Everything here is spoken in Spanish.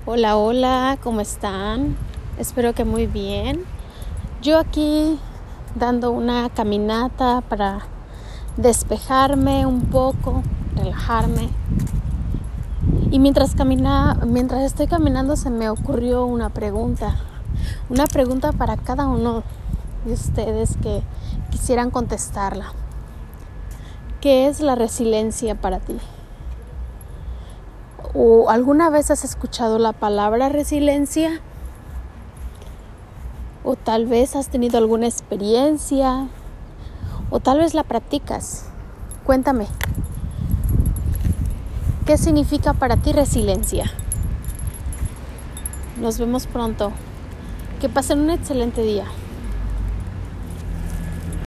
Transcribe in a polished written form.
Hola, hola, ¿cómo están? Espero que muy bien. Yo aquí dando una caminata para despejarme un poco, relajarme. Y mientras estoy caminando se me ocurrió una pregunta para cada uno de ustedes que quisieran contestarla. ¿Qué es la resiliencia para ti? ¿O alguna vez has escuchado la palabra resiliencia? O tal vez has tenido alguna experiencia, o tal vez la practicas. Cuéntame, ¿qué significa para ti resiliencia? Nos vemos pronto. Que pasen un excelente día.